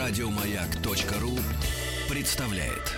Радиомаяк.ру представляет.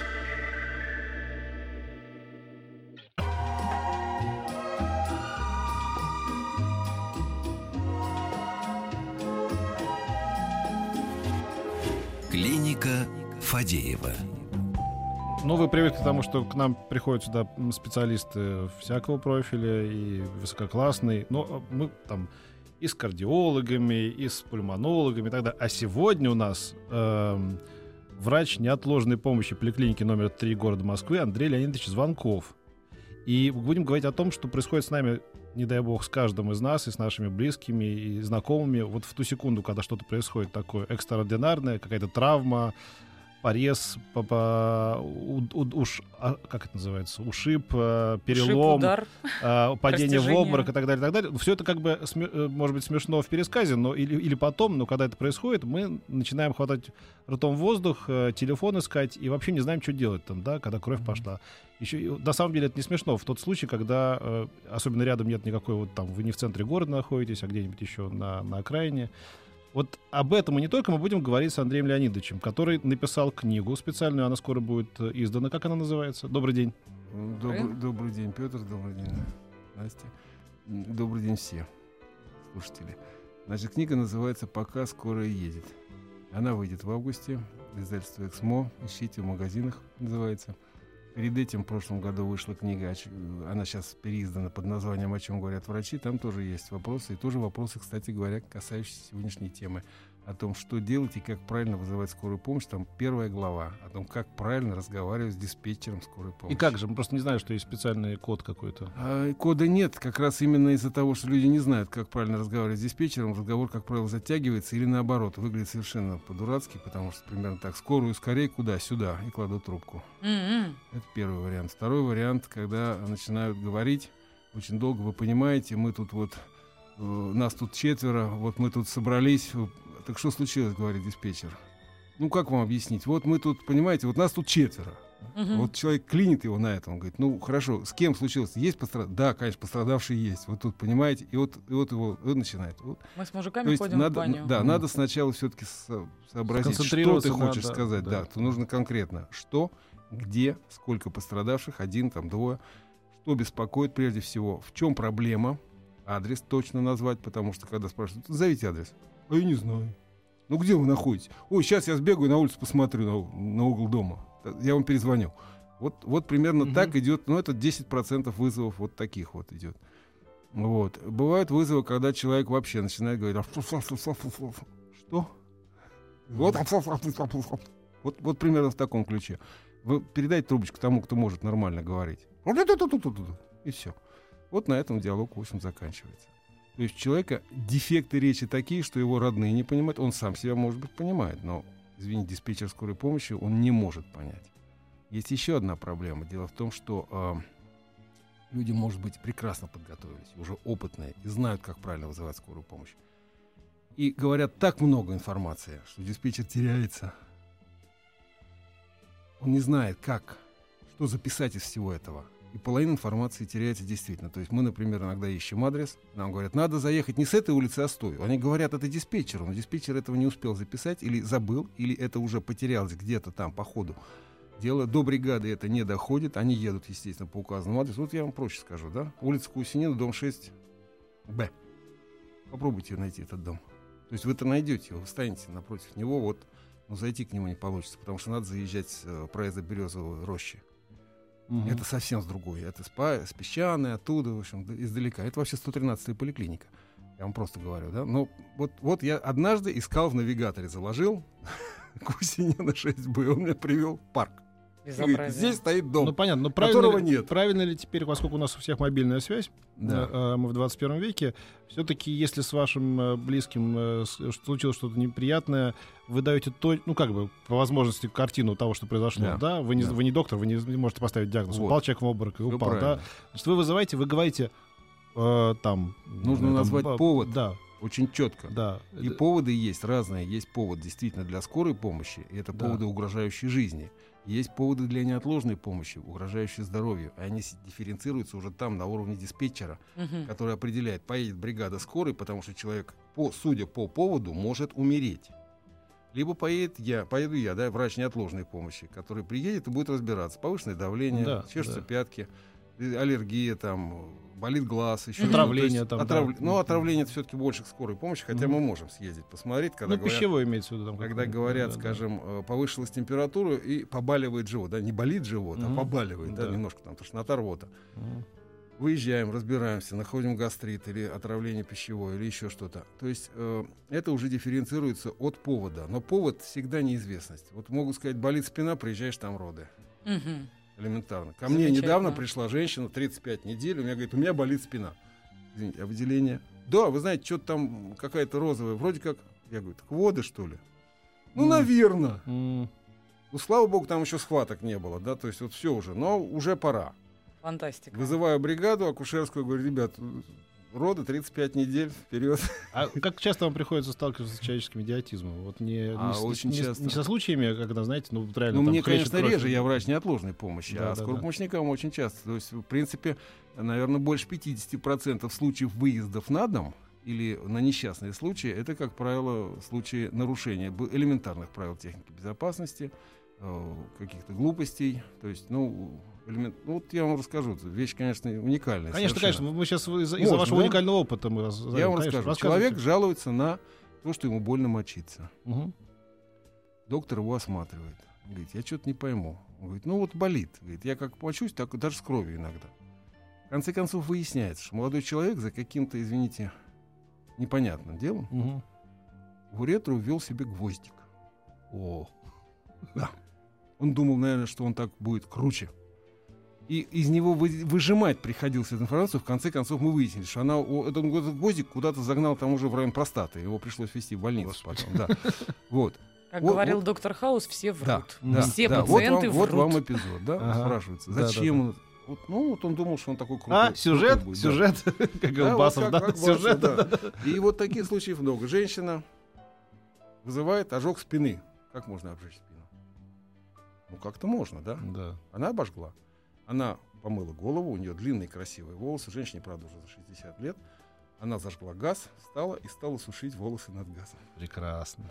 Клиника Фадеева. Ну, вы привыкли к тому, что к нам приходят сюда специалисты всякого профиля и высококлассные. Но мы там и с кардиологами, и с пульмонологами и так далее. А сегодня у нас врач неотложной помощи поликлиники номер 3 города Москвы Андрей Леонидович Звонков. И будем говорить о том, что происходит с нами, не дай бог, с каждым из нас, и с нашими близкими, и знакомыми. Вот в ту секунду, когда что-то происходит такое экстраординарное, какая-то травма, порез, как это называется, ушиб, перелом, удар, падение в обморок и так далее, и так далее. Все это как бы, может быть, смешно в пересказе, но или потом, но когда это происходит, мы начинаем хватать ртом воздух, телефон искать и вообще не знаем, что делать там, да, когда кровь пошла. Еще, на самом деле это не смешно. В тот случай, когда особенно рядом нет никакой, вот там, вы не в центре города находитесь, а где-нибудь еще на окраине. Вот об этом и не только мы будем говорить с Андреем Леонидовичем, который написал книгу специальную, она скоро будет издана. Как она называется? Добрый день. Добрый день, Петр, добрый день, Настя. Добрый день все слушатели. Значит, книга называется «Пока скорая едет». Она выйдет в августе, издательство «Эксмо». Ищите в магазинах, называется. Перед этим в прошлом году вышла книга, она сейчас переиздана под названием «О чем говорят врачи». Там тоже есть вопросы. И тоже вопросы, кстати говоря, касающиеся сегодняшней темы. О том, что делать и как правильно вызывать скорую помощь. Там первая глава. О том, как правильно разговаривать с диспетчером скорой помощи. И как же? Мы просто не знаем, что есть специальный код какой-то. Кода нет. Как раз именно из-за того, что люди не знают, как правильно разговаривать с диспетчером, разговор, как правило, затягивается или наоборот. Выглядит совершенно по-дурацки, потому что примерно так. Скорую скорее куда? Сюда. И кладут трубку. Это первый вариант. Второй вариант, когда начинают говорить очень долго. Вы понимаете, мы тут вот... Нас тут 4, вот мы тут собрались. Так что случилось, говорит диспетчер? Ну, как вам объяснить? Вот мы тут, понимаете, вот нас тут 4. Вот человек клинит его на этом. Он говорит, ну, хорошо, с кем случилось? Есть пострадавшие? Да, конечно, пострадавшие есть. Вот тут, понимаете, и вот его начинает. Вот. Мы с мужиками ходим в баню. Да, надо сначала все-таки сообразить, что ты хочешь сказать. Да, то нужно конкретно. Что, где, сколько пострадавших, 1, там, 2. Что беспокоит прежде всего? В чем проблема? Адрес точно назвать, потому что когда спрашивают, назовите адрес. А я не знаю. Ну где вы находитесь? Ой, сейчас я сбегаю на улицу, посмотрю на угол дома. Я вам перезвоню. Вот примерно так идет. Ну, это 10% вызовов вот таких вот идет. Вот. Бывают вызовы, когда человек вообще начинает говорить. Что? Вот примерно в таком ключе. Вы передайте трубочку тому, кто может нормально говорить. И все. Вот на этом диалог, в общем, заканчивается. То есть у человека дефекты речи такие, что его родные не понимают. Он сам себя, может быть, понимает, но, извините, диспетчер скорой помощи он не может понять. Есть еще одна проблема. Дело в том, что люди, может быть, прекрасно подготовились, уже опытные, и знают, как правильно вызывать скорую помощь. И говорят так много информации, что диспетчер теряется. Он не знает, что записать из всего этого. И половина информации теряется действительно. То есть мы, например, иногда ищем адрес, нам говорят, надо заехать не с этой улицы, а с той. Они говорят, это диспетчеру, но диспетчер этого не успел записать, или забыл, или это уже потерялось где-то там по ходу дела. До бригады это не доходит, они едут, естественно, по указанному адресу. Вот я вам проще скажу, да? Улица Кусинина, дом 6Б. Попробуйте найти этот дом. То есть вы-то найдете его, вы встанете напротив него, но зайти к нему не получится, потому что надо заезжать с проезда Березовой рощи. Это совсем с другой. Это с Песчаной, оттуда, в общем, издалека. Это вообще 113-я поликлиника. Я вам просто говорю, да. Но вот я однажды искал в навигаторе, заложил Кусинина 6Б, он меня привел в парк. Говорит, здесь стоит дом, понятно, но которого нет. Правильно ли теперь, поскольку у нас у всех мобильная связь, мы в 21 веке, все-таки, если с вашим близким случилось что-то неприятное, вы даете по возможности картину того, что произошло, да? Вы не доктор, вы не можете поставить диагноз. Упал человек в обморок и упал, да? Значит, вы вызываете, вы говорите там... Нужно назвать повод. Да. Очень четко. Да. И поводы есть разные. Есть повод действительно для скорой помощи, и это поводы, угрожающие жизни. Есть поводы для неотложной помощи, угрожающие здоровью. И они дифференцируются уже там, на уровне диспетчера, который определяет, поедет бригада скорой, потому что человек, судя по поводу, может умереть. Либо поеду я, да, врач неотложной помощи, который приедет и будет разбираться. Повышенное давление, чешутся пятки, аллергия, там, болит глаз, еще отравление. Отравление это все-таки больше к скорой помощи, хотя мы можем съездить, посмотреть. Когда говорят, пищевое имеется в виду. Там, когда говорят, скажем, повышалась температура и побаливает живот. Да, не болит живот, а побаливает, да, немножко там тошнота, рвота. Выезжаем, разбираемся, находим гастрит или отравление пищевое или еще что-то. То есть это уже дифференцируется от повода. Но повод всегда неизвестность. Вот могут сказать, болит спина, приезжаешь, там роды. Элементарно. Ко мне недавно пришла женщина, 35 недель, у меня говорит, у меня болит спина. Извините, а выделение? Да, вы знаете, что-то там какая-то розовая, вроде как, я говорю, так воды, что ли? Ну, наверное. Ну, слава богу, там еще схваток не было, да, то есть вот все уже, но уже пора. Фантастика. Вызываю бригаду акушерскую, говорю, ребят, роды 35 недель вперед. А как часто вам приходится сталкиваться с человеческим идиотизмом? Вот не со случаями, когда, знаете, реально. Мне, конечно, реже, я врач неотложной помощи, а скоропомощникам очень часто. То есть, в принципе, наверное, больше 50% случаев выездов на дом или на несчастные случаи, это, как правило, случаи нарушения элементарных правил техники безопасности, каких-то глупостей. То есть, вот я вам расскажу. Вещь, конечно, уникальная. Конечно. Мы сейчас из-за вашего уникального опыта мы я вам расскажу. Человек жалуется на то, что ему больно мочиться. Доктор его осматривает. Говорит, я что-то не пойму. Он говорит, болит. Говорит, я как мочусь, так даже с кровью иногда. В конце концов выясняется, что молодой человек за каким-то, извините, непонятным делом в уретру ввел себе гвоздик. Да. Он думал, наверное, что он так будет круче. И из него выжимать приходилось эту информацию. В конце концов мы выяснили, что этот гвоздик куда-то загнал там уже в район простаты. Его пришлось везти в больницу потом. Да. Вот. Как говорил доктор Хаус, все врут. Все пациенты врут. Вот вам эпизод, да? Спрашивается. Зачем он? Он думал, что он такой крутой. Сюжет, как говорил Басов, да? Сюжет. И вот таких случаев много. Женщина вызывает ожог спины. Как можно обжечь спину? Как-то можно, да? Да. Она обожгла. Она помыла голову, у нее длинные красивые волосы. Женщине, правда, уже за 60 лет. Она зажгла газ, встала и стала сушить волосы над газом. Прекрасно.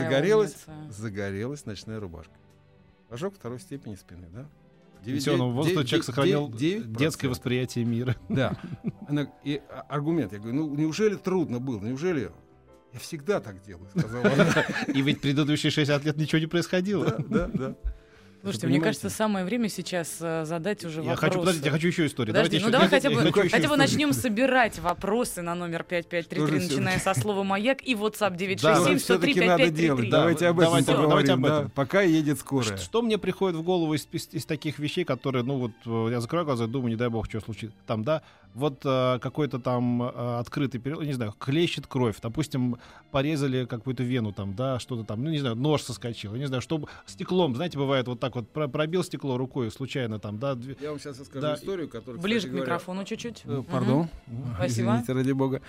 Загорелась ночная рубашка. Ожог второй степени спины, да? В пенсионном возрасте человек сохранил детское восприятие мира. Да. И аргумент, я говорю, неужели трудно было? Неужели... Я всегда так делаю, сказала она. И ведь предыдущие 60 лет ничего не происходило. Да. Слушайте, мне кажется, самое время сейчас задать уже вопросы. Я хочу еще историю. Давай хотя бы начнем собирать вопросы на номер 5533, начиная со слова «Маяк» и WhatsApp 967-103-5533. Давайте об этом поговорим. Пока едет скорая. Что мне приходит в голову из таких вещей, которые, я закрою глаза и думаю, не дай бог, что случится. Там, да, вот какой-то там открытый перелом, не знаю, хлещет кровь, допустим, порезали какую-то вену там, да, что-то там, не знаю, нож соскочил, не знаю, что стеклом, знаете, бывает вот так вот пробил стекло рукой случайно там, да. Я вам сейчас расскажу историю, которая... Ближе к микрофону чуть-чуть. Пардон. Спасибо. Извините, ради бога.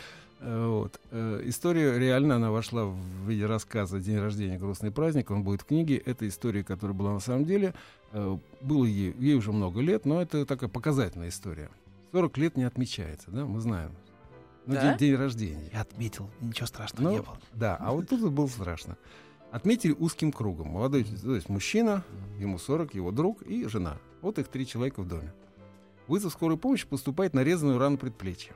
История реально, она вошла в виде рассказа «День рождения. Грустный праздник». Он будет в книге. Это история, которая была на самом деле. Было ей уже много лет, но это такая показательная история. 40 лет не отмечается, да, мы знаем. День рождения. Я отметил, ничего страшного не было. Да, а вот тут было страшно. Отметили узким кругом. Молодой, то есть мужчина, ему 40, его друг и жена. Вот их 3 человека в доме. Вызов скорой помощи, поступает нарезанную рану предплечья.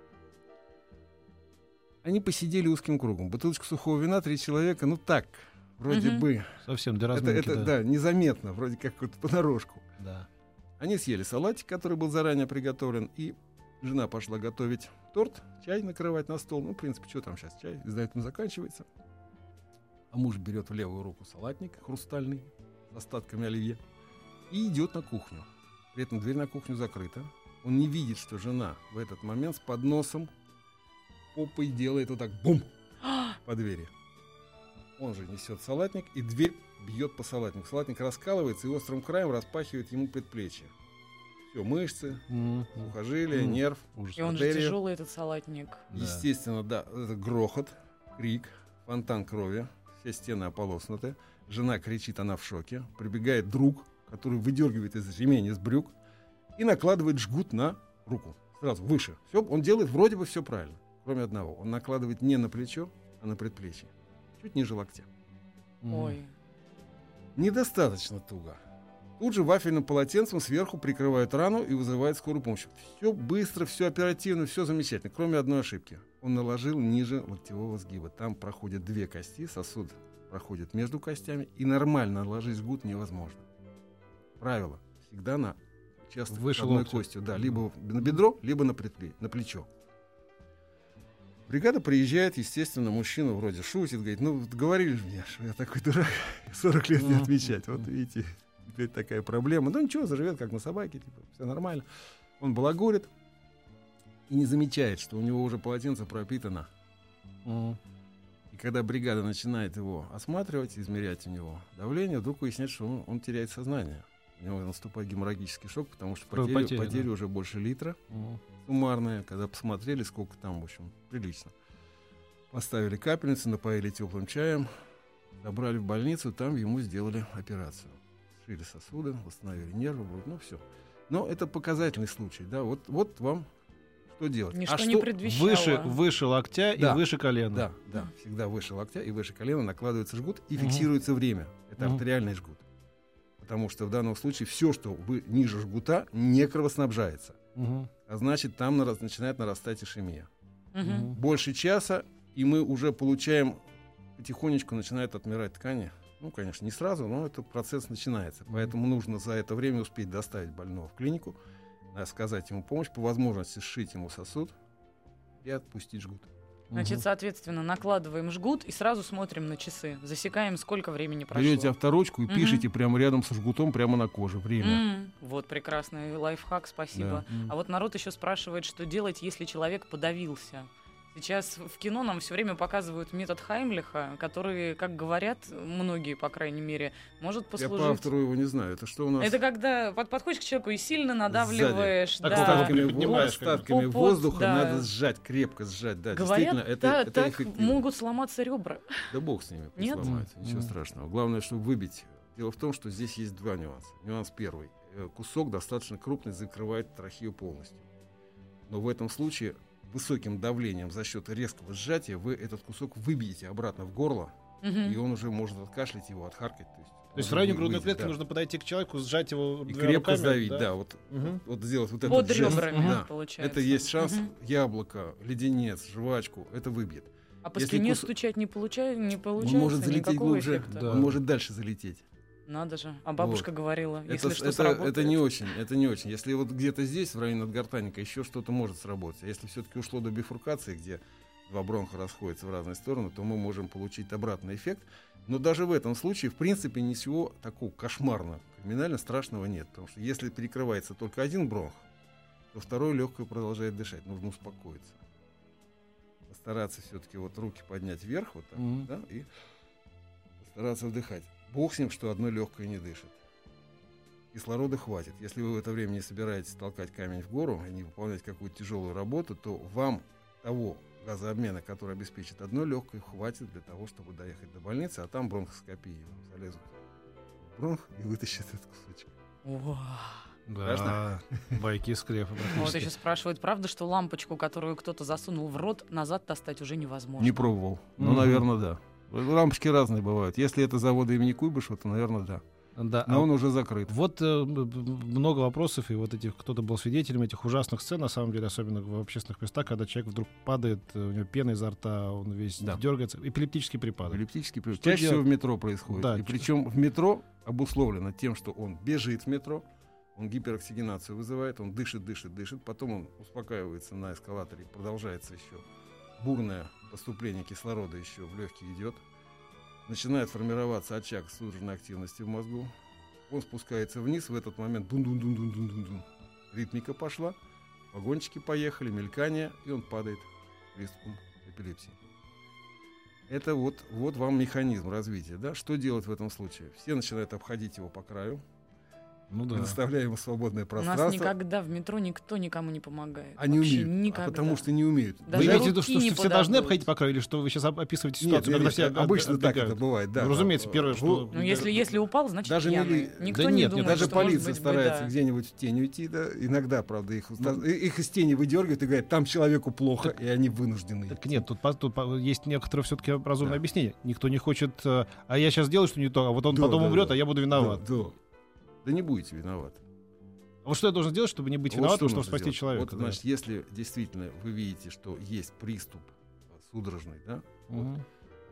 Они посидели узким кругом. Бутылочку сухого вина, 3 человека, вроде бы. Совсем для разминки, да, незаметно, вроде как вот понарошку. Да. Они съели салатик, который был заранее приготовлен, и жена пошла готовить торт, чай накрывать на стол. В принципе, что там сейчас, чай на этом заканчивается. А муж берет в левую руку салатник хрустальный с остатками оливье и идет на кухню. При этом дверь на кухню закрыта. Он не видит, что жена в этот момент с подносом попой делает вот так бум по двери. Он же несет салатник, и дверь бьет по салатнику. Салатник раскалывается и острым краем распахивает ему предплечье. Все, мышцы, сухожилия, нерв. И он же тяжелый, этот салатник. Естественно, да, это грохот, крик, фонтан крови, все стены ополоснуты. Жена кричит, она в шоке. Прибегает друг, который выдергивает из ремня, из брюк и накладывает жгут на руку. Сразу выше. Все, он делает вроде бы все правильно, кроме одного. Он накладывает не на плечо, а на предплечье. Чуть ниже локтя. Ой. Недостаточно туго. Тут же вафельным полотенцем сверху прикрывают рану и вызывают скорую помощь. Все быстро, все оперативно, все замечательно, кроме одной ошибки. Он наложил ниже локтевого сгиба. Там проходят 2 кости, сосуд проходит между костями, и нормально наложить жгут невозможно. Правило. Всегда на участок выше одной локтя. костью. Да, либо на бедро, либо на плечо. Бригада приезжает, естественно, мужчина вроде шутит, говорит, ну, говорили же мне, что я такой дурак, 40 лет не отмечать. Вот видите, теперь такая проблема. Ну ничего, заживет, как на собаке, типа, все нормально. Он балагурит и не замечает, что у него уже полотенце пропитано. И когда бригада начинает его осматривать, измерять у него давление, вдруг выясняется, что он теряет сознание. У него наступает геморрагический шок, потому что потери уже больше литра. Суммарная, когда посмотрели, сколько там, в общем, прилично. Поставили капельницы, напоили теплым чаем, забрали в больницу, там ему сделали операцию. Сшили сосуды, восстановили нервы, ну все. Но это показательный случай, да, вот вам что делать. Ничто не предвещало. Выше локтя и выше колена. Да, всегда выше локтя и выше колена накладывается жгут и фиксируется время. Это артериальный жгут. Потому что в данном случае все, что вы ниже жгута, не кровоснабжается. А значит, там начинает нарастать ишемия. Больше часа, и мы уже получаем, потихонечку начинают отмирать ткани. Ну, конечно, не сразу, но этот процесс начинается. Поэтому нужно за это время успеть доставить больного в клинику, сказать ему помощь, по возможности сшить ему сосуд и отпустить жгут. Значит, соответственно, накладываем жгут и сразу смотрим на часы. Засекаем, сколько времени прошло. Берете авторучку и пишите прямо рядом со жгутом, прямо на коже, время. Вот прекрасный лайфхак, спасибо. Да. А вот народ еще спрашивает, что делать, если человек подавился. Сейчас в кино нам все время показывают метод Хаймлиха, который, как говорят многие, по крайней мере, может послужить... Я по автору его не знаю. Это что у нас? Это когда подходишь к человеку и сильно надавливаешь. Сзади. Остатками воздуха надо сжать, крепко сжать. Да, говорят, действительно, это так эффективно. Могут сломаться ребра. Да бог с ними, пусть сломаются, ничего страшного. Главное, чтобы выбить. Дело в том, что здесь есть 2 нюанса. Нюанс первый. Кусок достаточно крупный закрывает трахею полностью. Но в этом случае... высоким давлением за счет резкого сжатия вы этот кусок выбьете обратно в горло, и он уже может откашлять его, отхаркать. То есть в районе грудной клетки нужно подойти к человеку, сжать его и крепко сдавить, вот сделать вот этот жест. Под ребрами, получается. Это есть шанс, яблоко, леденец, жвачку, это выбьет. А по спине стучать не получается, он может залететь глубже, эффекта. Он может дальше залететь. Надо же. А бабушка говорила, если что сработает. Это не очень. Если вот где-то здесь, в районе надгортанника, еще что-то может сработать. А если все-таки ушло до бифуркации, где 2 бронха расходятся в разные стороны, то мы можем получить обратный эффект. Но даже в этом случае, в принципе, ничего такого кошмарного, криминально страшного нет. Потому что если перекрывается только один бронх, то второй легкое продолжает дышать. Нужно успокоиться. Постараться все-таки вот руки поднять вверх вот так, да, и постараться вдыхать. Бог с ним, что одно легкое не дышит. Кислорода хватит. Если вы в это время не собираетесь толкать камень в гору и не выполнять какую-то тяжелую работу, то вам того газообмена, который обеспечит одно легкое, хватит для того, чтобы доехать до больницы, а там бронхоскопии залезут в бронх и вытащат этот кусочек. Да, байки из скрепа. Вот еще спрашивают, правда, что лампочку, которую кто-то засунул в рот, назад достать уже невозможно? Не пробовал. Ну, наверное, да. Лампочки разные бывают. Если это завода имени Куйбышева, то, наверное, да. Да, но он уже закрыт. Вот много вопросов, и вот этих кто-то был свидетелем этих ужасных сцен, на самом деле, особенно в общественных местах, когда человек вдруг падает, у него пена изо рта, он весь дергается. Эпилептический припадок. Эпилептический припадок. Чаще всего в метро происходит. Да, и причем в метро обусловлено тем, что он бежит в метро, он гипероксигенацию вызывает, он дышит, потом он успокаивается на эскалаторе, продолжается еще бурное поступление кислорода еще в легкие идет. Начинает формироваться очаг судорожной активности в мозгу. Он спускается вниз, в этот момент дун-дун-дун-дун-дун-дун. Ритмика пошла, вагончики поехали, мелькание, и он падает приступом эпилепсии. Это вот вам механизм развития. Да? Что делать в этом случае? Все начинают обходить его по краю. Ну да. предоставляем ему свободное У пространство. нас никогда в метро никто никому не помогает. Они Вообще умеют, никогда. потому что не умеют. Даже Вы имеете в виду, руки что не все должны подадут. обходить по краю, или что вы сейчас описываете Нет, ситуацию, когда все обычно так отбегают? это бывает, да. Ну, разумеется, первое, что... Ну, если упал, значит даже пьяный. Никто Да не нет, думает, даже что может полиция быть старается беда. где-нибудь в тень уйти, да. Иногда, правда, их из тени выдергивают и говорят, там человеку плохо, и они вынуждены. Так идти. нет, тут есть некоторое все-таки разумное Да. объяснение. Никто не хочет, а я сейчас сделаю что не то, а вот он Да, потом да, умрет, да. а я буду виноват. Да не будете виноваты. А вот что я должен сделать, чтобы не быть Вот виноватым, что чтобы нужно спасти сделать. человека? Вот, да. значит, если действительно вы видите, что есть приступ судорожный, да, Мгм.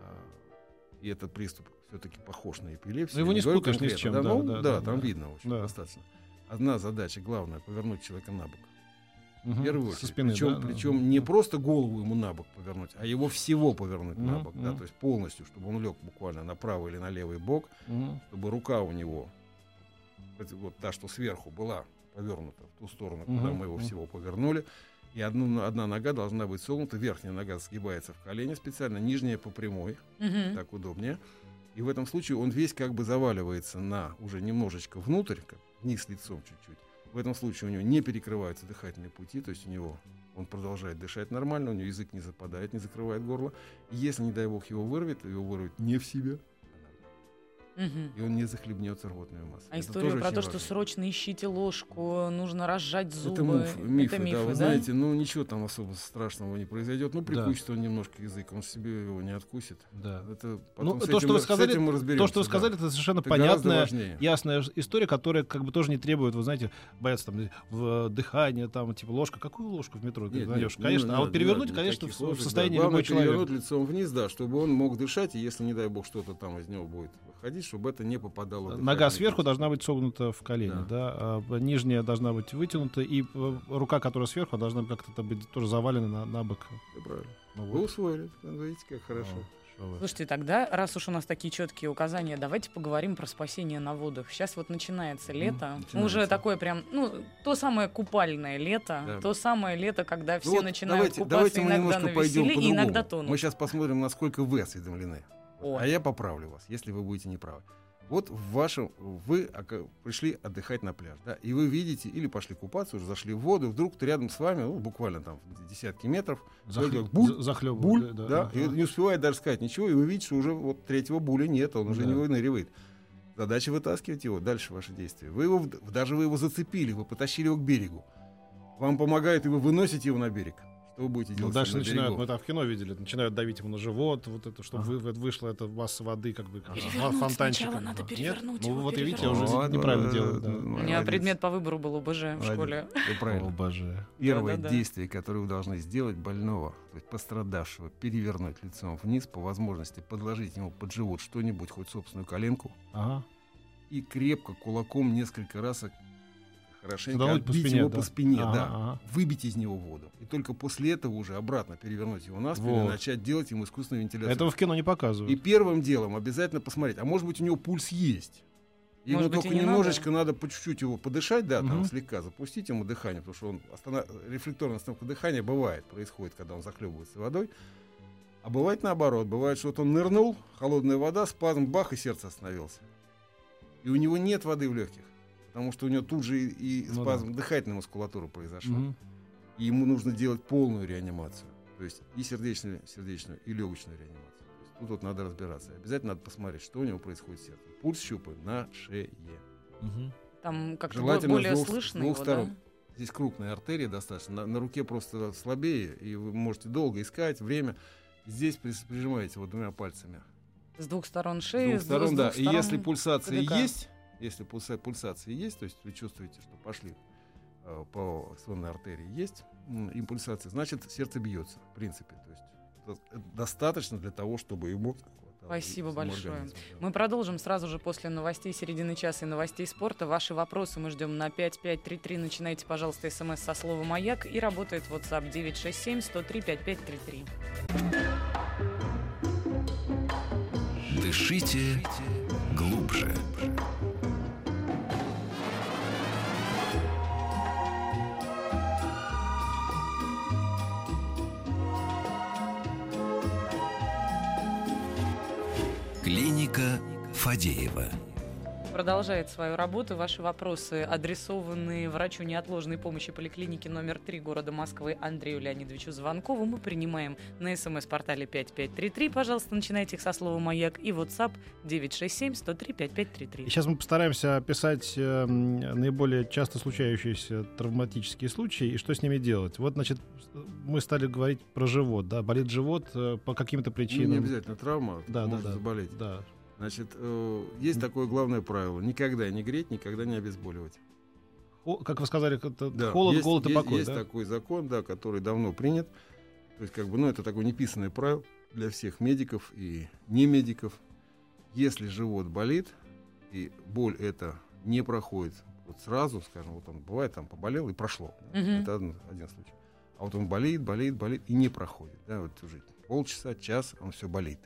и этот приступ все-таки похож на эпилепсию. Ну, его не я говорю спутаешь ни с конкретно, чем, Да, да, ну, да, да, да, там да. видно очень Да. достаточно. Одна задача, главное, повернуть человека на бок. Мгм. В первую Со очередь. спины, да, Причем да. не просто голову ему на бок повернуть, а его всего повернуть на Мгм, бок. Да, мгм. то есть полностью, чтобы он лег буквально на правый или на левый бок, Мгм. чтобы рука у него, вот та, что сверху, была повернута в ту сторону, куда Мгм, мы его мгм. всего повернули. И одна нога должна быть согнута, верхняя нога сгибается в колени специально, нижняя по прямой, Мгм. так удобнее. И в этом случае он весь как бы заваливается уже немножечко внутрь, как вниз лицом чуть-чуть. В этом случае у него не перекрываются дыхательные пути, то есть он продолжает дышать нормально, у него язык не западает, не закрывает горло. И если, не дай бог, его вырвет, то его вырвет не в себя, Мгм. и он не захлебнется рвотной массой. А Это история тоже про очень то, что важно. срочно ищите ложку, нужно разжать зубы. Это мифы, это да, вы да? знаете, ничего там особо страшного не произойдет. Ну, Да. прикусит он немножко язык, он себе его не откусит. Да. Это Ну, потом с то, что вы сказали, с этим мы разберемся, то, что вы да. сказали, это совершенно Это гораздо понятная, важнее. ясная история, которая как бы тоже не требует, вы знаете, бояться там в дыхание, там, типа ложка. Какую ложку в метро ты Нет, найдешь? нет, Конечно. не А вот надо, перевернуть, не конечно, таких в ложек, состоянии да. любой Главное человек. перевернуть лицом вниз, да, чтобы он мог дышать, и если, не дай бог, что-то там из него будет выходить, чтобы это не попадало в Нога дыхательные сверху пути. должна быть согнута в колени, да, а нижняя должна быть вытянута, и рука, которая сверху, должна как-то быть тоже завалена на бок. Всё правильно. Ну, Вы вот. усвоили, видите, как хорошо. Что вы. Слушайте, тогда, раз уж у нас такие четкие указания, давайте поговорим про спасение на водах. Сейчас вот начинается лето. начинается. Уже такое прям, то самое купальное лето, Да. то самое лето, когда Ну все вот начинают купаться давайте мы иногда немножко на пойдем веселе и по-другому. иногда тонут. Мы сейчас посмотрим, насколько вы осведомлены. О. А я поправлю вас, если вы будете неправы. Вот вы пришли отдыхать на пляж, да, и вы видите, или пошли купаться, уже зашли в воду, вдруг рядом с вами, буквально там десятки метров, Захлебывает, буль, да, да, ага. и не успевает даже сказать ничего, и вы видите, что уже вот третьего буля нет, он уже Да. не выныривает. Задача вытаскивать его, дальше ваши действия. Вы его зацепили, вы потащили его к берегу. Вам помогает, и вы выносите его на берег. Что вы будете Ну, делать? дальше на начинают, берегу? мы там в кино видели, начинают давить ему на живот, вот это, чтобы вышла эта масса воды, как бы Перевернуть фонтанчиком. сначала надо Нет? перевернуть Ну его, вот и видите, я перевернуть. уже Вот, неправильно вот, делаю. Да. У меня молодец. предмет по выбору был ОБЖ в Молодец. школе. Всё правильно. О, боже. Первое Да-да-да. действие, которое вы должны сделать больного, то есть пострадавшего, перевернуть лицом вниз, по возможности подложить ему под живот что-нибудь, хоть собственную коленку, Ага. и крепко кулаком несколько раз хорошенько Садануть по отбить спине, его да? по спине, Ага, да, ага. выбить из него воду. И только после этого уже обратно перевернуть его на спину Вот. и начать делать ему искусственную вентиляцию. Этого в кино не И показывают. первым делом обязательно посмотреть, а может быть у него пульс есть. Ему Может быть, только и не немножечко надо по чуть-чуть его подышать, да, там Мгм. слегка запустить ему дыхание, потому что рефлекторная остановка дыхания бывает, происходит, когда он захлебывается водой. А бывает наоборот, бывает, что вот он нырнул, холодная вода, спазм, бах, и сердце остановился. И у него нет воды в легких, потому что у него тут же и Ну спазм дыхательной мускулатуры произошел. Мгм. И ему нужно делать полную реанимацию. То есть и сердечную, и легочную реанимацию. То есть тут вот надо разбираться. Обязательно надо посмотреть, что у него происходит с сердцем. Пульс щупаем на шее. Мгм. Там как-то Желательно более с слышно двух его, сторон. да? Здесь крупная артерия достаточно. На руке просто слабее, и вы можете долго искать время. Здесь прижимаете вот двумя пальцами. С двух сторон С шеи, двух сторон, да. И если сторон пульсация КДК. есть, если пульсация есть, то есть вы чувствуете, что пошли по сонной артерии есть импульсация, значит, сердце бьется, в принципе. То есть это достаточно для того, чтобы ему хватало Спасибо всему большое. организму, да. Мы продолжим сразу же после новостей середины часа и новостей спорта. Ваши вопросы мы ждем на 5533. Начинайте, пожалуйста, смс со слова «Маяк». И работает WhatsApp 967-103-5533. Дышите глубже. Клиника Фадеева. продолжает свою работу. Ваши вопросы адресованы врачу неотложной помощи поликлиники номер 3 города Москвы Андрею Леонидовичу Звонкову. Мы принимаем на СМС-портале 5533. Пожалуйста, начинайте их со слова «Маяк» и WhatsApp 967-103-5533. И сейчас мы постараемся описать наиболее часто случающиеся травматические случаи и что с ними делать. Вот, значит, мы стали говорить про живот, да, болит живот по каким-то причинам. Ну, не обязательно травма, можно заболеть. Да. Значит, есть такое главное правило: никогда не греть, никогда не обезболивать. Как вы сказали, это да, холод, голод и покой. Есть такой закон, да, который давно принят. То есть, как бы, это такое неписанное правило для всех медиков и не медиков. Если живот болит, и боль эта не проходит вот сразу, скажем, вот он бывает, там поболел и прошло. Да? Это один случай. А вот он болит и не проходит. Да? Вот уже полчаса, час, он все болит.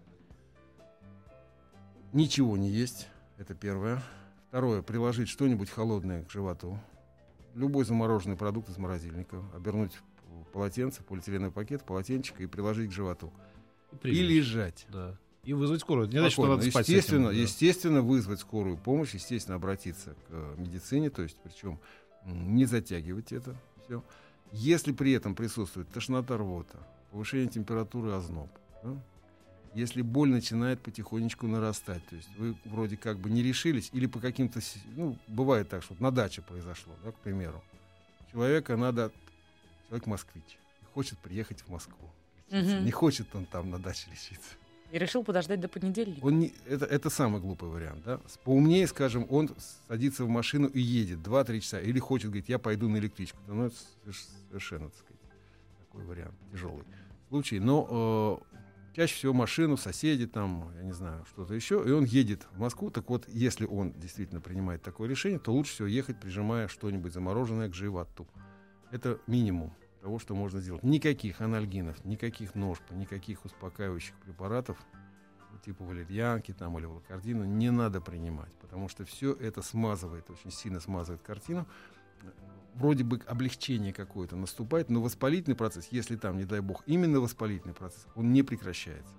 Ничего не есть, это первое. Второе, приложить что-нибудь холодное к животу. Любой замороженный продукт из морозильника. Обернуть в полотенце, полиэтиленовый пакет, полотенчик и приложить к животу. И лежать. Да. И вызвать скорую. Не значит, что надо спать. Естественно, вызвать скорую помощь, естественно, обратиться к медицине, то есть, причем не затягивать это все. Если при этом присутствует тошнота, рвота, повышение температуры, озноб, да? Если боль начинает потихонечку нарастать, то есть вы вроде как бы не решились, или по каким-то, бывает так, что на даче произошло, да, к примеру. Человек москвич, хочет приехать в Москву. Не хочет он там на даче лечиться. И решил подождать до понедельника. Это самый глупый вариант. Да? Поумнее, скажем, он садится в машину и едет 2-3 часа. Или хочет, говорит, я пойду на электричку. Это совершенно, так сказать, такой вариант тяжелый случай. Но чаще всего машину, соседи, там, я не знаю, что-то еще, и он едет в Москву. Так вот, если он действительно принимает такое решение, то лучше всего ехать, прижимая что-нибудь замороженное к животу. Это минимум того, что можно сделать. Никаких анальгинов, никаких ножп, никаких успокаивающих препаратов типа валерьянки там, или волокордина не надо принимать, потому что все это смазывает, очень сильно смазывает картину. Вроде бы облегчение какое-то наступает, но воспалительный процесс, если там, не дай бог, именно воспалительный процесс, он не прекращается.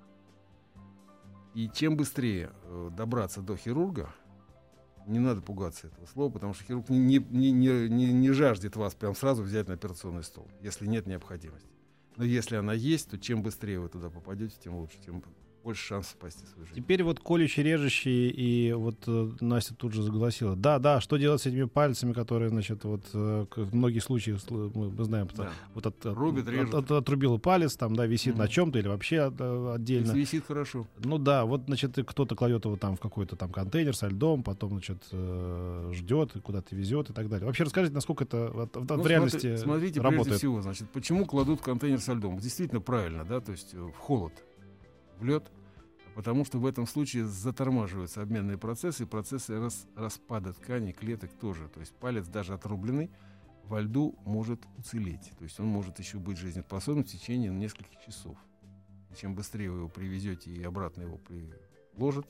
И чем быстрее добраться до хирурга, не надо пугаться этого слова, потому что хирург не жаждет вас прям сразу взять на операционный стол, если нет необходимости. Но если она есть, то чем быстрее вы туда попадете, тем лучше, тем больше шансов спасти свою жизнь. Теперь вот колющие, режущие, и вот Настя тут же загласила. Да, что делать с этими пальцами, которые, значит, вот в многих случаях мы знаем, да. Вот отрубила палец, там, да, висит на чем-то или вообще отдельно. Если висит, хорошо. Ну да, вот, значит, кто-то кладет его там в какой-то там контейнер со льдом, потом, значит, ждет, куда-то везет и так далее. Вообще расскажите, насколько это в реальности смотрите, работает. Прежде всего, значит, почему кладут контейнер со льдом? Действительно правильно, да, то есть в холод, в лед, потому что в этом случае затормаживаются обменные процессы, процессы распада тканей, клеток тоже. То есть палец, даже отрубленный, во льду может уцелеть. То есть он может еще быть жизнеспособным в течение нескольких часов. И чем быстрее вы его привезете и обратно его приложат,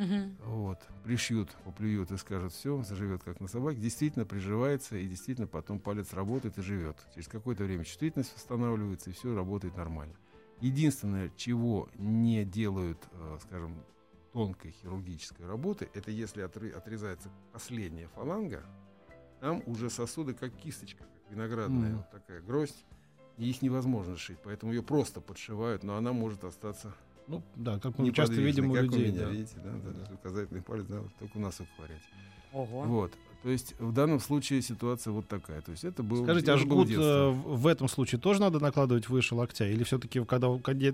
пришьют, поплюют и скажут, все, заживет как на собаке, действительно приживается, и действительно потом палец работает и живет. Через какое-то время чувствительность восстанавливается, и все работает нормально. Единственное, чего не делают, скажем, тонкой хирургической работы, это если отрезается последняя фаланга, там уже сосуды как кисточка, как виноградная вот такая гроздь, и их невозможно сшить, поэтому ее просто подшивают, но она может остаться как мы часто видим у людей. У меня, видите, указательный палец, только у нас ковырять. Ого. Вот. То есть в данном случае ситуация вот такая. То есть это было. Скажите, а жгут в этом случае тоже надо накладывать выше локтя? Или все-таки, когда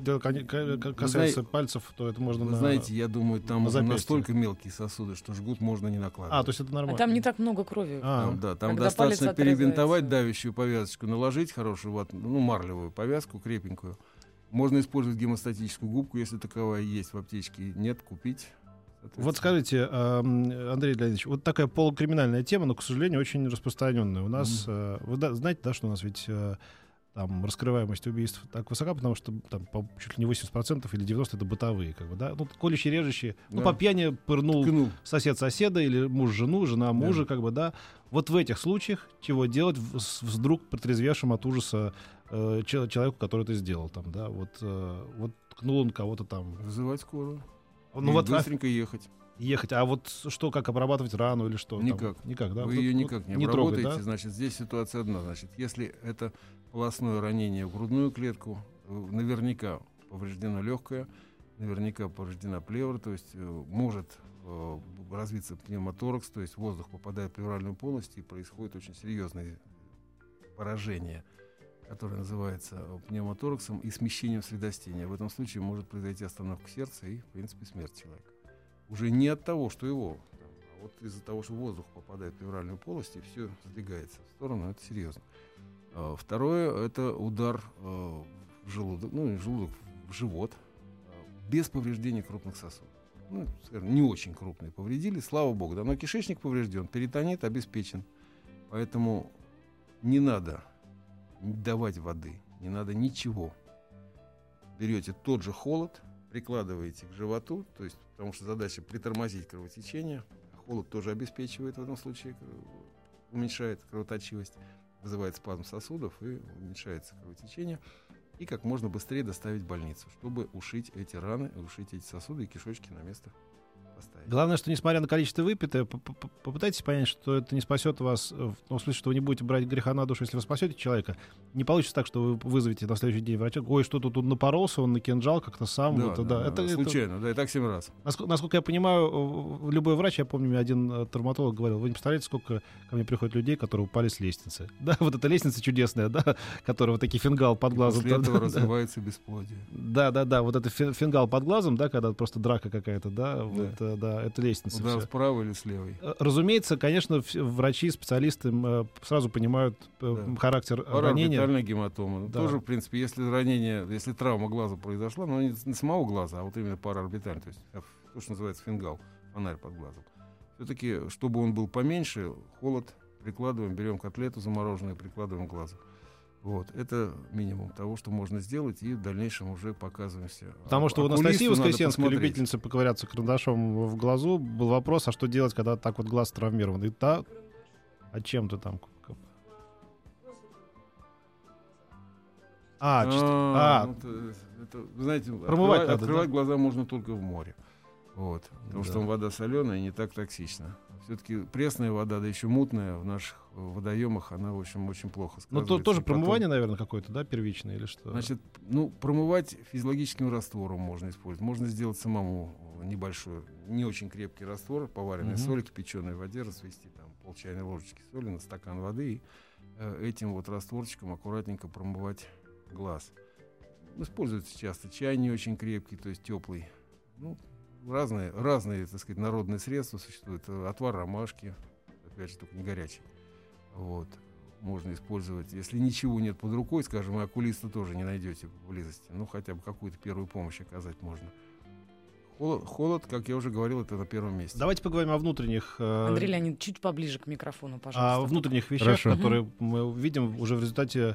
касается пальцев, то это можно знаете, я думаю, там настолько мелкие сосуды, что жгут можно не накладывать. То есть это нормально. А там не так много крови. Там достаточно перебинтовать, давящую повязочку наложить, хорошую марлевую повязку, крепенькую. Можно использовать гемостатическую губку, если таковая есть в аптечке. Нет, купить. Вот скажите, Андрей Леонидович, вот такая полукриминальная тема, но, к сожалению, очень распространенная. У нас, вы знаете, да, что у нас ведь там раскрываемость убийств так высока, потому что там чуть ли не 80% или 90% это бытовые, как бы, да? Колющие, режущие. По пьяни пырнул сосед соседа или муж жену, жена мужа, как бы, да. Вот в этих случаях чего делать вдруг протрезвевшим от ужаса человеку, который это сделал, там, да? Вот ткнул он кого-то там. Вызывать скорую. Быстренько ехать. ехать. А вот что, как обрабатывать рану или что? Никак. Там? Никак, да? Вы ее никак не трогать, обработаете, да? значит, здесь ситуация одна. Значит, если это полостное ранение в грудную клетку, наверняка повреждено легкое, наверняка повреждена плевра, то есть может развиться пневмоторакс, то есть воздух попадает в плевральную полость и происходит очень серьезное поражение, которое называется пневмотораксом и смещением средостения. В этом случае может произойти остановка сердца и, в принципе, смерть человека. Уже не от того, что его, а вот из-за того, что воздух попадает в плевральную полость и все сдвигается в сторону, это серьезно. Второе — это удар в желудок, ну, не желудок, в живот, без повреждения крупных сосудов. Ну, скажем, не очень крупные повредили, слава богу, да, но кишечник поврежден, перитонит обеспечен. Поэтому не надо давать воды, не надо ничего. Берете тот же холод, прикладываете к животу, то есть, потому что задача притормозить кровотечение. Холод тоже обеспечивает в этом случае, уменьшает кровоточивость, вызывает спазм сосудов и уменьшается кровотечение. И как можно быстрее доставить в больницу, чтобы ушить эти раны, ушить эти сосуды и кишочки на место поставить. Главное, что несмотря на количество выпитое, попытайтесь понять, что это не спасет вас, в смысле, что вы не будете брать греха на душу, если вы спасете человека. Не получится так, что вы вызовете на следующий день врача, ой, что-то тут напоролся, он на кинжал как-то сам. Это случайно, да, и так 7 раз. Насколько я понимаю, любой врач, я помню, мне один травматолог говорил, вы не представляете, сколько ко мне приходят людей, которые упали с лестницы. Да, вот эта лестница чудесная, да, которая вот такие фингал под глазом. После этого развивается бесплодие. Да, вот это фингал под глазом, да, когда просто драка какая-то, да, вот, да, это лестница. Удар справа или с левой? Разумеется, конечно, врачи, специалисты сразу понимают характер ранения. Параорбитальная гематома. Да. Тоже, в принципе, если травма глаза произошла, но не самого глаза, а вот именно параорбитальная, то есть то, что называется фингал, фонарь под глазом. Все-таки, чтобы он был поменьше, холод прикладываем, берем котлету замороженную, прикладываем к глазу. Вот, это минимум того, что можно сделать, и в дальнейшем уже показываемся. Потому что у Анастасии Воскресенской, любительницы поковыряться карандашом в глазу, был вопрос, а что делать, когда так вот глаз травмирован? И а чем ты там? Знаете, промывать открывать глаза можно только в море. Вот, потому что вода соленая и не так токсична. Все-таки пресная вода, да еще мутная, в наших водоемах, она, в общем, очень плохо сказывается. Ну, тоже промывание, наверное, какое-то, да, первичное или что? Значит, промывать физиологическим раствором можно использовать. Можно сделать самому небольшой, не очень крепкий раствор, поваренной соли, кипяченой в воде, развести там пол чайной ложечки соли на стакан воды и этим вот растворчиком аккуратненько промывать глаз. Используется часто чай не очень крепкий, то есть теплый. Разные, так сказать, народные средства существуют. Отвар ромашки, опять же, только не горячий. Вот. Можно использовать. Если ничего нет под рукой, скажем, и окулиста тоже не найдете поблизости, хотя бы какую-то первую помощь оказать можно. Холод, как я уже говорил, это на первом месте. Давайте поговорим о внутренних... Андрей Леонидович, чуть поближе к микрофону, пожалуйста. О внутренних вещах, которые мы видим уже в результате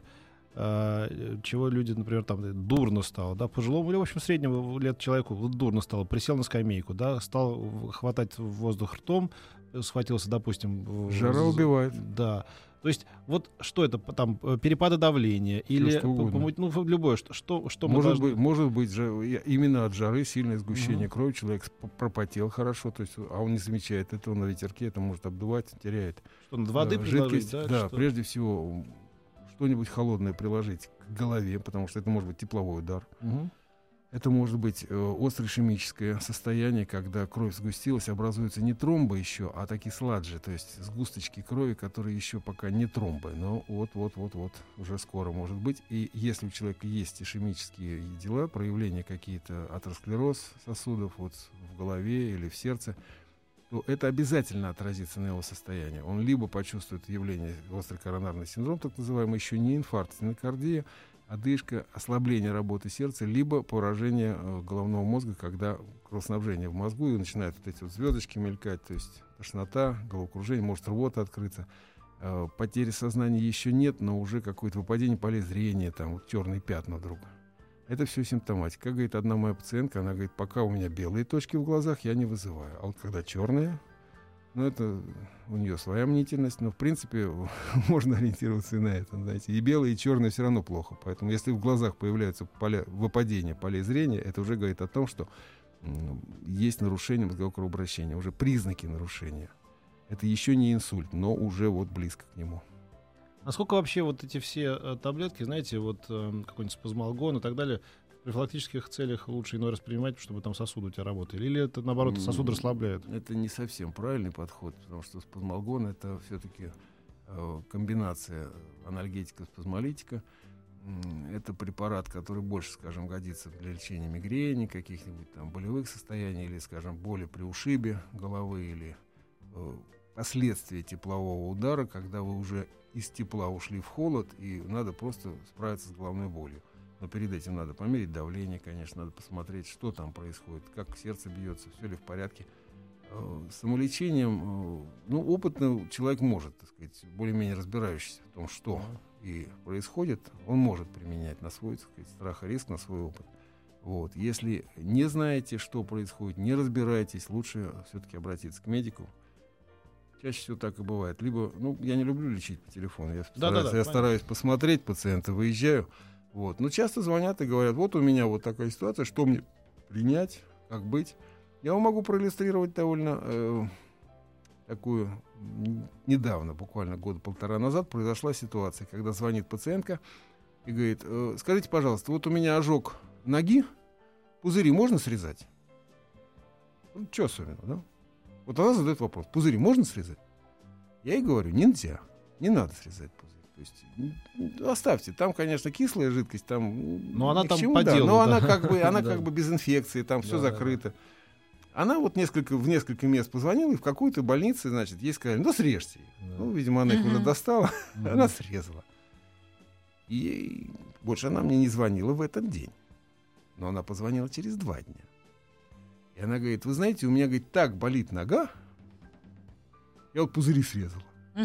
чего люди, например, там дурно стало, да, пожилому или, в общем, среднего лет человеку дурно стало, присел на скамейку, да, стал хватать воздух ртом, схватился, допустим... Жара убивает. Да. То есть вот что это, там, перепады давления или любое, что может быть, именно от жары сильное сгущение крови, человек пропотел хорошо, то есть, а он не замечает этого на ветерке, это может обдувать, теряет. Что, над водой жидкость, да, прежде всего что-нибудь холодное приложить к голове, потому что это может быть тепловой удар. Это может быть остроишемическое состояние, когда кровь сгустилась, образуются не тромбы еще, а такие сладжи, то есть сгусточки крови, которые еще пока не тромбы, но вот, уже скоро может быть. И если у человека есть ишемические дела, проявления какие-то, атеросклероз сосудов вот в голове или в сердце, то это обязательно отразится на его состоянии. Он либо почувствует явление острый коронарный синдром, так называемый, еще не инфаркт, стенокардия, одышка, ослабление работы сердца, либо поражение головного мозга, когда кровоснабжение в мозгу, и начинают вот эти вот звездочки мелькать, то есть тошнота, головокружение, может рвота открыться. Потери сознания еще нет, но уже какое-то выпадение полей зрения, там вот черные пятна вдруг. Это все симптоматика. Как говорит одна моя пациентка, она говорит, пока у меня белые точки в глазах, я не вызываю. А вот когда черные, это у нее своя мнительность, но в принципе можно ориентироваться и на это, знаете. И белые, и черные все равно плохо. Поэтому если в глазах появляются выпадения полей зрения, это уже говорит о том, что есть нарушение мозгового кровообращения, уже признаки нарушения. Это еще не инсульт, но уже вот близко к нему. Насколько вообще вот эти все таблетки, знаете, вот какой-нибудь спазмолгон и так далее, в профилактических целях лучше иной раз принимать, чтобы там сосуды у тебя работали? Или это, наоборот, сосуды расслабляет? Это не совсем правильный подход, потому что спазмолгон — это все-таки комбинация анальгетика-спазмолитика. Это препарат, который больше, скажем, годится для лечения мигрени, каких-нибудь там болевых состояний, или, скажем, боли при ушибе головы, или последствия теплового удара, когда вы уже из тепла ушли в холод, и надо просто справиться с головной болью. Но перед этим надо померить давление, конечно, надо посмотреть, что там происходит, как сердце бьется, все ли в порядке. Самолечением, опытный человек может, так сказать, более-менее разбирающийся в том, что и происходит, он может применять на свой, так сказать, страх и риск, на свой опыт. Вот. Если не знаете, что происходит, не разбираетесь, лучше все-таки обратиться к медику. Чаще всего так и бывает. Либо, я не люблю лечить по телефону. Я стараюсь посмотреть пациента, выезжаю. Вот. Но часто звонят и говорят: вот у меня вот такая ситуация, что мне принять, как быть. Я вам могу проиллюстрировать довольно такую недавно, буквально года полтора назад, произошла ситуация, когда звонит пациентка и говорит: скажите, пожалуйста, вот у меня ожог ноги, пузыри можно срезать? Что особенно, да? Вот она задает вопрос: пузыри можно срезать? Я ей говорю: нельзя, не надо срезать пузырь. То есть оставьте, там, конечно, кислая жидкость, там. Но она там чему, по делу, но да. она как бы без инфекции, там все закрыто. Она вот в несколько мест позвонила, и в какой-то больнице, значит, ей сказали: срежьте их. Видимо, она их уже достала, она срезала. И больше она мне не звонила в этот день. Но она позвонила через 2 дня. И она говорит: вы знаете, у меня, говорит, так болит нога, я вот пузыри срезала.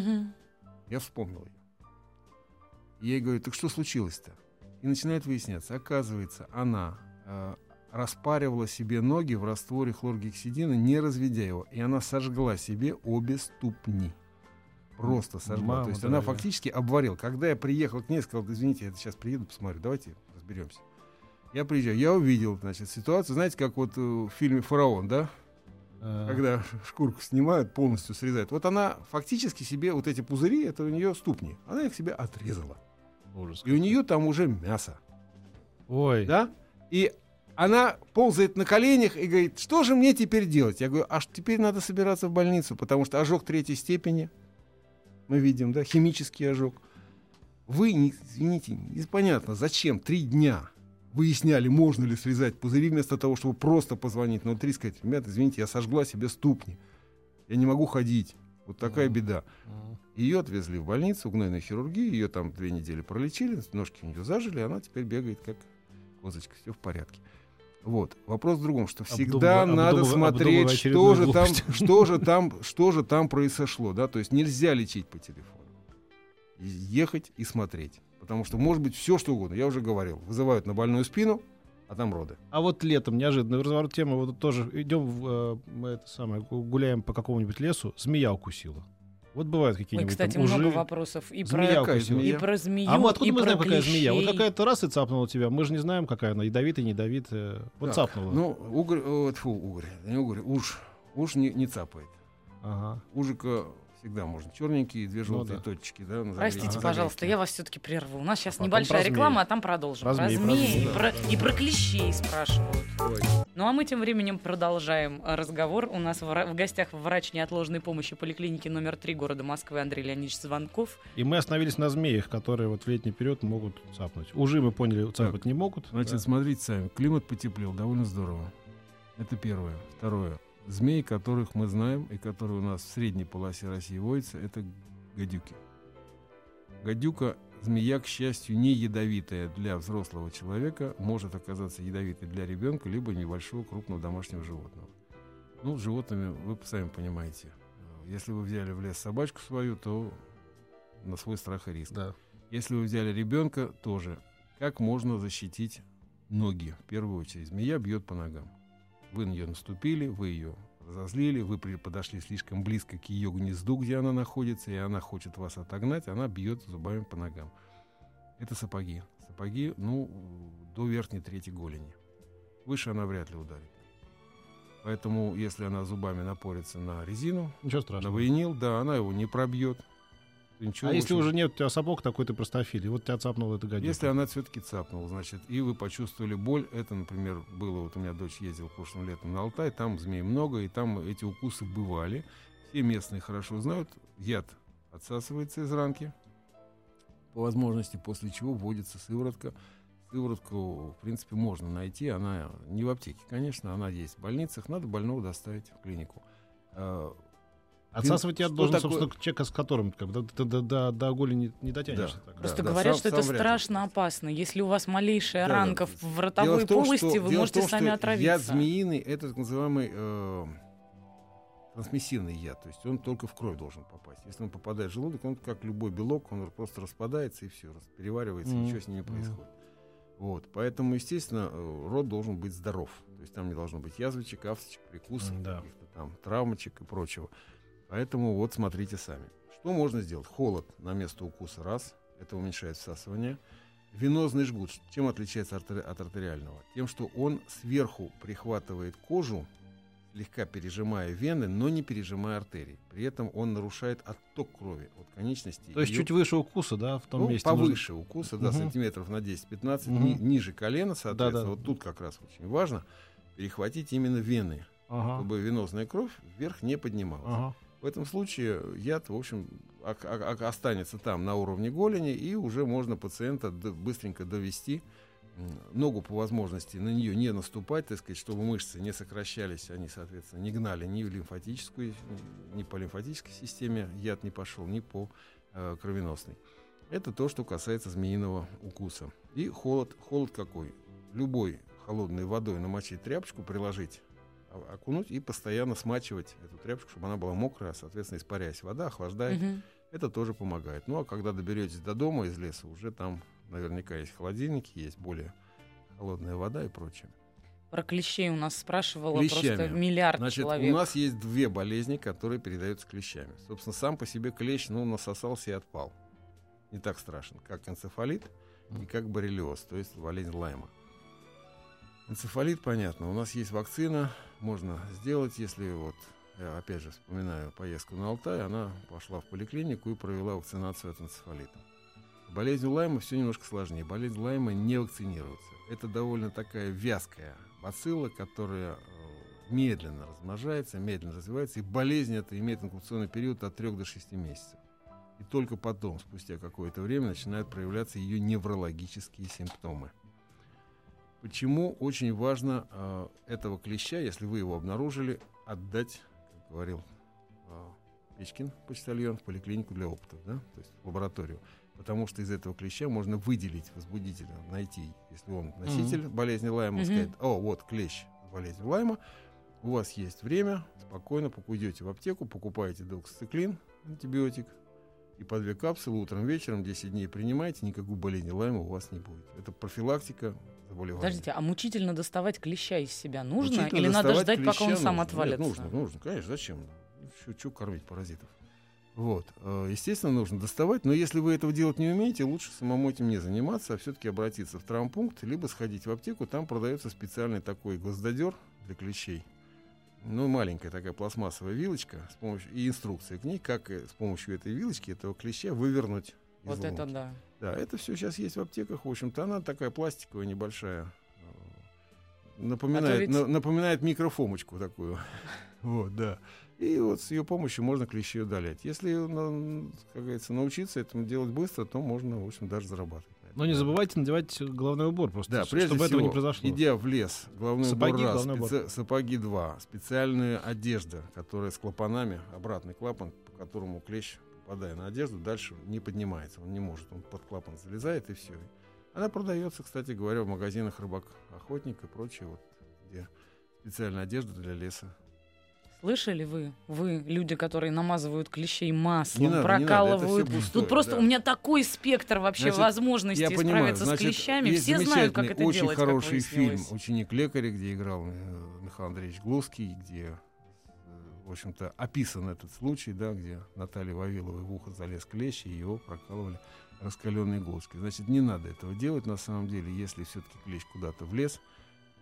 Я вспомнил ее. И я ей говорю: так что случилось-то? И начинает выясняться. Оказывается, она распаривала себе ноги в растворе хлоргексидина, не разведя его. И она сожгла себе обе ступни. Просто сожгла. То есть она фактически обварила. Когда я приехал к ней, сказал: извините, я сейчас приеду, посмотрю, давайте разберемся. Я приезжаю, я увидел, значит, ситуацию, знаете, как вот в фильме «Фараон», да? Когда шкурку снимают, полностью срезают. Вот она фактически себе, вот эти пузыри, это у нее ступни, она их себе отрезала. Ужас. И у нее там уже мясо. Ой. Да? И она ползает на коленях и говорит: что же мне теперь делать? Я говорю: теперь надо собираться в больницу, потому что ожог 3-й степени, мы видим, да, химический ожог. Вы, извините, непонятно, зачем 3 дня выясняли, можно ли срезать пузыри, вместо того, чтобы просто позвонить внутри и сказать: ребята, извините, я сожгла себе ступни, я не могу ходить, вот такая беда. Ее отвезли в больницу, гнойную хирургию, ее там 2 недели пролечили, ножки у нее зажили, она теперь бегает как козочка, все в порядке. Вот. Вопрос в другом, что всегда надо смотреть, что же там произошло, да, то есть нельзя лечить по телефону. Ехать и смотреть. Потому что может быть все, что угодно. Я уже говорил. Вызывают на больную спину, а там роды. А вот летом неожиданно разворот темы. Вот тоже идем гуляем по какому-нибудь лесу, змея укусила. Вот бывают какие-нибудь. Кстати, там много вопросов и про змею. А мы откуда мы знаем, клещей? какая змея? Вот какая-то раз и цапнула тебя. Мы же не знаем, какая она, ядовитая, не ядовитая. Вот так, цапнула. Уж не цапает. Ага. Ужика всегда можно. Черненькие, 2 желтые точечки. Да, простите, пожалуйста, я вас все-таки прерву. У нас сейчас небольшая реклама, а там продолжим. Про змеи и про клещей спрашивают. Ой. Ну а мы тем временем продолжаем разговор. У нас в гостях врач неотложной помощи поликлиники номер 3 города Москвы Андрей Леонидович Звонков. И мы остановились на змеях, которые вот в летний период могут цапнуть. Ужи, мы поняли, цапать не могут. Значит, смотрите сами. Климат потеплел, довольно здорово. Это первое. Второе. Змеи, которых мы знаем и которые у нас в средней полосе России водятся, это гадюки. Гадюка, змея, к счастью, не ядовитая для взрослого человека, может оказаться ядовитой для ребенка, либо небольшого крупного домашнего животного. С животными вы сами понимаете. Если вы взяли в лес собачку свою, то на свой страх и риск. Да. Если вы взяли ребенка, тоже. Как можно защитить ноги? В первую очередь, змея бьет по ногам. Вы на нее наступили, вы ее разозлили, вы подошли слишком близко к ее гнезду, где она находится, и она хочет вас отогнать, она бьет зубами по ногам. Это сапоги. Сапоги, до верхней трети голени. Выше она вряд ли ударит. Поэтому, если она зубами напорится на резину, Ничего на страшного. винил, да, она его не пробьет. Ничего, А в если общем, уже нет у тебя сапог, такой ты простофиль, и вот тебя цапнула эта гадюка. если она все-таки цапнула, значит, и вы почувствовали боль, это, например, было, вот у меня дочь ездила прошлым летом на Алтай, там змей много, и там эти укусы бывали. Все местные хорошо знают, яд отсасывается из ранки, по возможности, после чего вводится сыворотка. Сыворотку, в принципе, можно найти, она не в аптеке, конечно, она есть в больницах, надо больного доставить в клинику. Отсасывать яд Что должен, такое? собственно, человек, с которым как бы, ты до голи не дотянешься. Да. Так. Просто да, говорят, сам- что это сам вряд ли. страшно опасно. Если у вас малейшая Да, да. ранка в Дело ротовой в том, полости, что- вы дело в можете том, сами что отравиться. яд змеиный — это так называемый трансмиссивный яд, то есть он только в кровь должен попасть. Если он попадает в желудок, он как любой белок, он просто распадается и все, переваривается, Мгм. ничего с ним не происходит. Вот, поэтому, естественно, рот должен быть здоров, то есть там не должно быть язвочек, авсочек, прикусов, Да. каких-то там травмочек и прочего. Поэтому вот смотрите сами. Что можно сделать? Холод на место укуса — раз, это уменьшает всасывание. Венозный жгут чем отличается от артериального? Тем, что он сверху прихватывает кожу, слегка пережимая вены, но не пережимая артерии. При этом он нарушает отток крови от конечностей. То есть Её- чуть выше укуса, да, в том ну, месте. повыше укуса, да, Мгм. сантиметров на 10-15, Мгм. ниже колена, соответственно. Да-да. Вот тут как раз очень важно перехватить именно вены, Ага. чтобы венозная кровь вверх не поднималась. Ага. В этом случае яд, в общем, останется там на уровне голени, и уже можно пациента быстренько довести, ногу по возможности на нее не наступать, так сказать, чтобы мышцы не сокращались, они, соответственно, не гнали ни в лимфатическую, ни по лимфатической системе яд не пошел, ни по кровеносной. Это то, что касается змеиного укуса. И холод. Холод какой? Любой холодной водой намочить тряпочку, приложить, окунуть и постоянно смачивать эту тряпочку, чтобы она была мокрая, соответственно, испаряясь вода, охлаждает. Мгм. Это тоже помогает. Ну, а когда доберетесь до дома из леса, уже там наверняка есть холодильники, есть более холодная вода и прочее. Про клещей у нас спрашивала Клещами. просто миллиард Значит, человек. у нас есть две болезни, которые передаются клещами. Собственно, сам по себе клещ, насосался и отпал. Не так страшен, как энцефалит и как боррелиоз, то есть болезнь Лайма. Энцефалит, понятно, у нас есть вакцина, можно сделать, если вот, я опять же вспоминаю поездку на Алтай, она пошла в поликлинику и провела вакцинацию от энцефалита. Болезнь Лайма все немножко сложнее. Болезнь Лайма не вакцинируется. Это довольно такая вязкая бацилла, которая медленно размножается, медленно развивается, и болезнь эта имеет инкубационный период от 3 до 6 месяцев. И только потом, спустя какое-то время, начинают проявляться ее неврологические симптомы. Почему очень важно этого клеща, если вы его обнаружили, отдать, как говорил Печкин, почтальон, в поликлинику для опытов, да? То есть в лабораторию. Потому что из этого клеща можно выделить возбудителя, найти, если он носитель болезни Лайма, сказать: о, вот клещ с болезнью Лайма, у вас есть время, спокойно идете в аптеку, покупаете доксициклин, антибиотик, и по 2 капсулы утром, вечером, 10 дней принимаете, никакой болезни Лайма у вас не будет. Это профилактика заболевания. Подождите, а мучительно доставать клеща из себя нужно? Мучительно Или надо доставать ждать, пока он клеща сам нужно. отвалится? Нет, нужно, конечно, зачем? Чё кормить паразитов? Вот. Естественно, нужно доставать, но если вы этого делать не умеете, лучше самому этим не заниматься, а все-таки обратиться в травмпункт, либо сходить в аптеку, там продается специальный такой гвоздодер для клещей. Маленькая такая пластмассовая вилочка и инструкция к ней, как с помощью этой вилочки этого клеща вывернуть из Вот это лунки. да. Да, это все сейчас есть в аптеках. В общем-то, она такая пластиковая, небольшая. Напоминает микрофомочку такую. Вот, да. И вот с ее помощью можно клещей удалять. Если, как говорится, научиться этому делать быстро, то можно, в общем, даже зарабатывать. Но не забывайте надевать головной убор просто, Да, прежде чтобы всего, этого не произошло. идя в лес, головной Сапоги, убор раз, головной убор. сапоги 2, специальная одежда, которая с клапанами, обратный клапан, по которому клещ, попадая на одежду, дальше не поднимается, он не может, он под клапан залезает и все. Она продается, кстати говоря, в магазинах «Рыбак-охотник» и прочее, вот, где специальная одежда для леса. Слышали вы, люди, которые намазывают клещей маслом, Не надо, прокалывают? это всё пустое, Тут просто да. у меня такой спектр вообще Значит, возможностей я понимаю, справиться с клещами. есть Все знают, как это замечательный, очень делать, как хороший фильм выяснилось. «Ученик лекаря», где играл Михаил Андреевич Глузский, где, в общем-то, описан этот случай, да, где Наталье Вавиловой в ухо залез клещ, и его прокалывали раскаленной иголочкой. Значит, не надо этого делать на самом деле. Если все-таки клещ куда-то влез,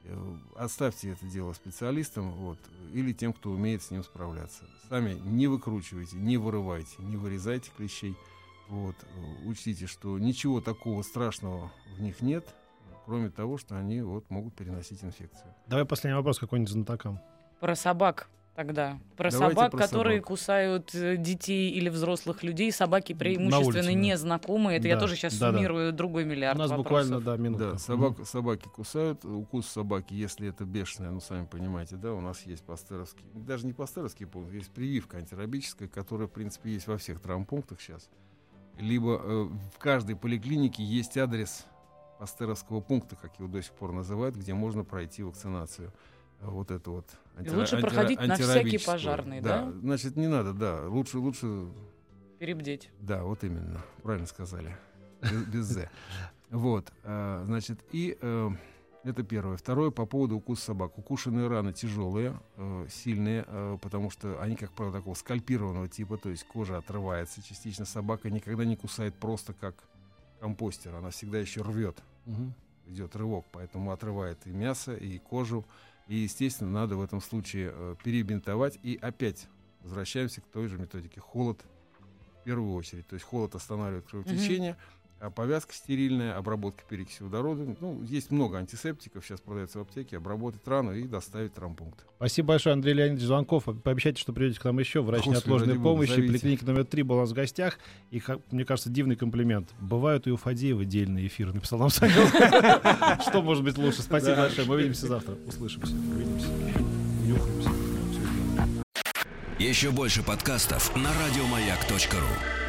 Оставьте это дело специалистам, вот, или тем, кто умеет с ним справляться. Сами не выкручивайте, не вырывайте, не вырезайте клещей. Вот. Учтите, что ничего такого страшного в них нет, кроме того, что они вот, могут переносить инфекцию. Давай последний вопрос какой-нибудь знатокам. Про собак тогда. Про Давайте собак, про которые собак. кусают детей или взрослых людей. Собаки преимущественно улице, да. незнакомые. Это я Да, тоже сейчас да. суммирую другой У миллиард нас вопросов. буквально, минутка. Да, собаки кусают. Укус собаки, если это бешеная, ну, сами понимаете, да, у нас есть пастеровский, даже не пастеровский пункт, есть прививка антирабическая, которая, в принципе, есть во всех травмпунктах сейчас. Либо в каждой поликлинике есть адрес пастеровского пункта, как его до сих пор называют, где можно пройти вакцинацию. Вот это вот. И лучше проходить на всякий антирабическую. пожарный, да? Значит, не надо, да. Лучше, Перебдеть. да, вот именно. Правильно сказали. Без «з». Вот, значит, и это первое. Второе, по поводу укуса собак. Укушенные раны тяжелые, сильные, потому что они, как правило, такого скальпированного типа, то есть кожа отрывается частично. Собака никогда не кусает просто как компостер, она всегда еще рвет. Идет рывок, поэтому отрывает и мясо, и кожу. И, естественно, надо в этом случае перебинтовать. И опять возвращаемся к той же методике. Холод в первую очередь. То есть холод останавливает кровотечение, а повязка стерильная, обработка перекисью водорода. Ну, есть много антисептиков, сейчас продается в аптеке. Обработать рану и доставить в травмпункт. Спасибо большое, Андрей Леонидович Звонков. Пообещайте, что придете к нам еще. Врач Господи, неотложной ради бога, помощи. зовите. Поликлиника номер 3 была у нас в гостях. И, мне кажется, дивный комплимент. Бывают и у Фадеева дельные эфиры, написал нам Саня. Что может быть лучше? Спасибо большое. Мы увидимся завтра. Услышимся. Увидимся. Нюхаемся. Еще больше подкастов на радиомаяк.ру.